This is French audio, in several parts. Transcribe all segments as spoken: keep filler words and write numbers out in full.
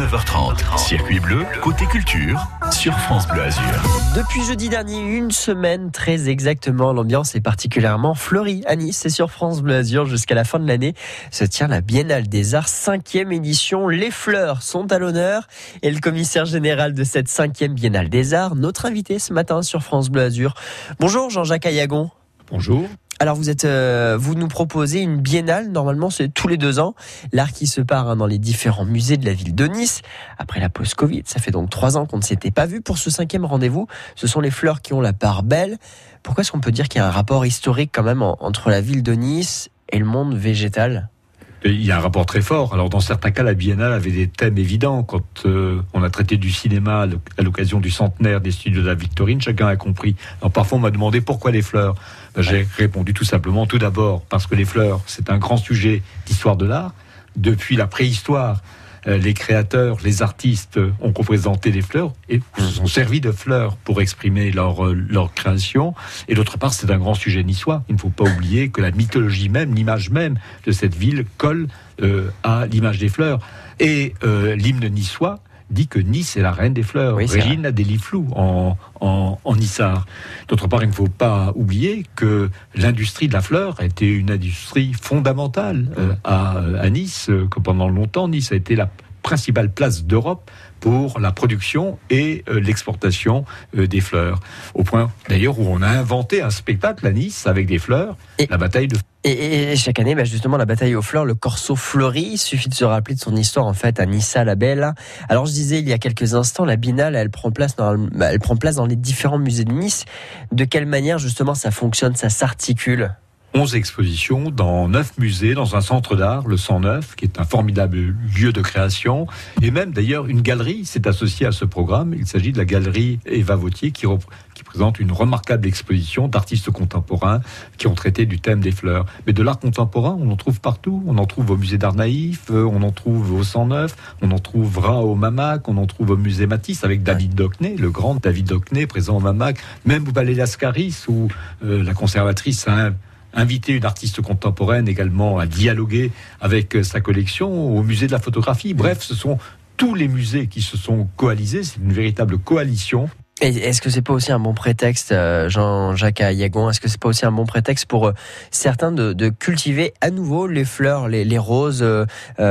neuf heures trente, Circuit bleu, côté culture, sur France Bleu Azur. Depuis jeudi dernier, une semaine très exactement, l'ambiance est particulièrement fleurie à Nice. C'est sur France Bleu Azur jusqu'à la fin de l'année se tient la Biennale des Arts, cinquième édition. Les fleurs sont à l'honneur et le commissaire général de cette cinquième Biennale des Arts, notre invité ce matin sur France Bleu Azur. Bonjour Jean-Jacques Ayagon. Bonjour. Alors vous êtes, euh, vous nous proposez une biennale, normalement c'est tous les deux ans, l'art qui se part hein, dans les différents musées de la ville de Nice. Après la pause Covid, ça fait donc trois ans qu'on ne s'était pas vu pour ce cinquième rendez-vous. Ce sont les fleurs qui ont la part belle. Pourquoi est-ce qu'on peut dire qu'il y a un rapport historique quand même en, entre la ville de Nice et le monde végétal ? Il y a un rapport très fort. Alors dans certains cas, la Biennale avait des thèmes évidents. Quand euh, on a traité du cinéma à l'occasion du centenaire des studios de la Victorine, chacun a compris. Alors parfois on m'a demandé pourquoi les fleurs. Ben, j'ai répondu tout simplement, tout d'abord, parce que les fleurs, c'est un grand sujet d'histoire de l'art. Depuis la préhistoire, euh, les créateurs, les artistes ont représenté les fleurs et se sont servis de fleurs pour exprimer leur, euh, leur création. Et d'autre part, c'est un grand sujet niçois. Il ne faut pas oublier que la mythologie même, l'image même de cette ville colle euh, à l'image des fleurs. Et euh, l'hymne niçois dit que Nice est la reine des fleurs. Oui, Régine a des lits flous en, en, en Nissard. D'autre part, il ne faut pas oublier que l'industrie de la fleur a été une industrie fondamentale euh, à, à Nice, que pendant longtemps, Nice a été la principale place d'Europe pour la production et euh, l'exportation euh, des fleurs. Au point, d'ailleurs, où on a inventé un spectacle à Nice avec des fleurs, et la bataille de... Et, et chaque année, bah justement, la bataille aux fleurs, le corso fleuri, il suffit de se rappeler de son histoire, en fait, à Nissa la Belle. Alors, je disais, il y a quelques instants, la Biennale, elle prend place dans, elle prend place dans les différents musées de Nice. De quelle manière, justement, ça fonctionne, ça s'articule ? onze expositions dans neuf musées, dans un centre d'art, le cent neuf, qui est un formidable lieu de création, et même d'ailleurs une galerie s'est associée à ce programme. Il s'agit de la galerie Eva Vautier qui, rep- qui présente une remarquable exposition d'artistes contemporains qui ont traité du thème des fleurs. Mais de l'art contemporain, on en trouve partout. On en trouve au musée d'art naïf, on en trouve au cent neuf, on en trouvera au Mamac, on en trouve au musée Matisse avec David Dockney, le grand David Dockney présent au Mamac, même au Palais Lascaris où euh, la conservatrice a un inviter une artiste contemporaine également à dialoguer avec sa collection au musée de la photographie. Bref, ce sont tous les musées qui se sont coalisés. C'est une véritable coalition. Et est-ce que c'est pas aussi un bon prétexte, Jean-Jacques Ayagon, est-ce que c'est pas aussi un bon prétexte pour certains de, de cultiver à nouveau les fleurs, les, les roses, euh,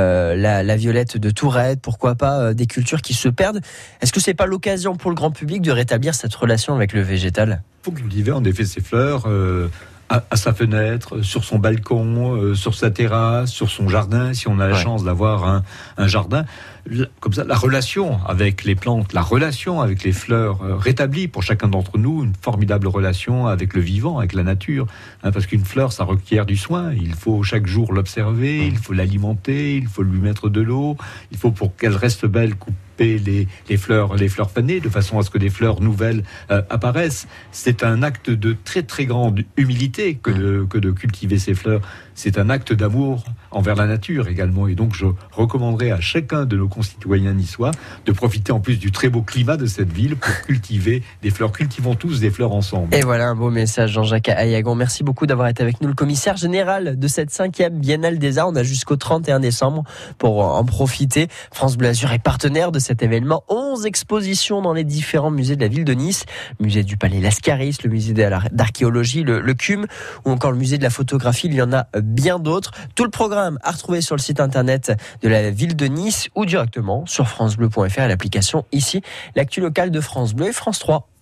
la, la violette de Tourette, pourquoi pas euh, des cultures qui se perdent ? Est-ce que c'est pas l'occasion pour le grand public de rétablir cette relation avec le végétal ? Il faut cultiver en effet ces fleurs euh, à, à sa fenêtre, sur son balcon, euh, sur sa terrasse, sur son jardin, si on a la ouais. chance d'avoir un, un jardin. Comme ça, la relation avec les plantes, la relation avec les fleurs euh, rétablit pour chacun d'entre nous une formidable relation avec le vivant, avec la nature. Hein, parce qu'une fleur, ça requiert du soin. Il faut chaque jour l'observer, il faut l'alimenter, il faut lui mettre de l'eau. Il faut, pour qu'elle reste belle, couper les, les fleurs, les fleurs fanées, de façon à ce que des fleurs nouvelles euh, apparaissent. C'est un acte de très très grande humilité que de, que de cultiver ces fleurs. C'est un acte d'amour envers la nature également. Et donc, je recommanderais à chacun de nos concitoyens niçois de profiter en plus du très beau climat de cette ville pour cultiver des fleurs. Cultivons tous des fleurs ensemble. Et voilà un beau message, Jean-Jacques Ayagon. Merci beaucoup d'avoir été avec nous, le commissaire général de cette cinquième Biennale des Arts. On a jusqu'au trente et un décembre pour en profiter. France Bleu Azur est partenaire de cet événement. onze expositions dans les différents musées de la ville de Nice. Le musée du Palais Lascaris, le musée d'archéologie, le, le C U M ou encore le musée de la photographie. Il y en a bien d'autres. Tout le programme à retrouver sur le site internet de la ville de Nice ou directement sur francebleu point f r et l'application ici, l'actu locale de France Bleu et France trois.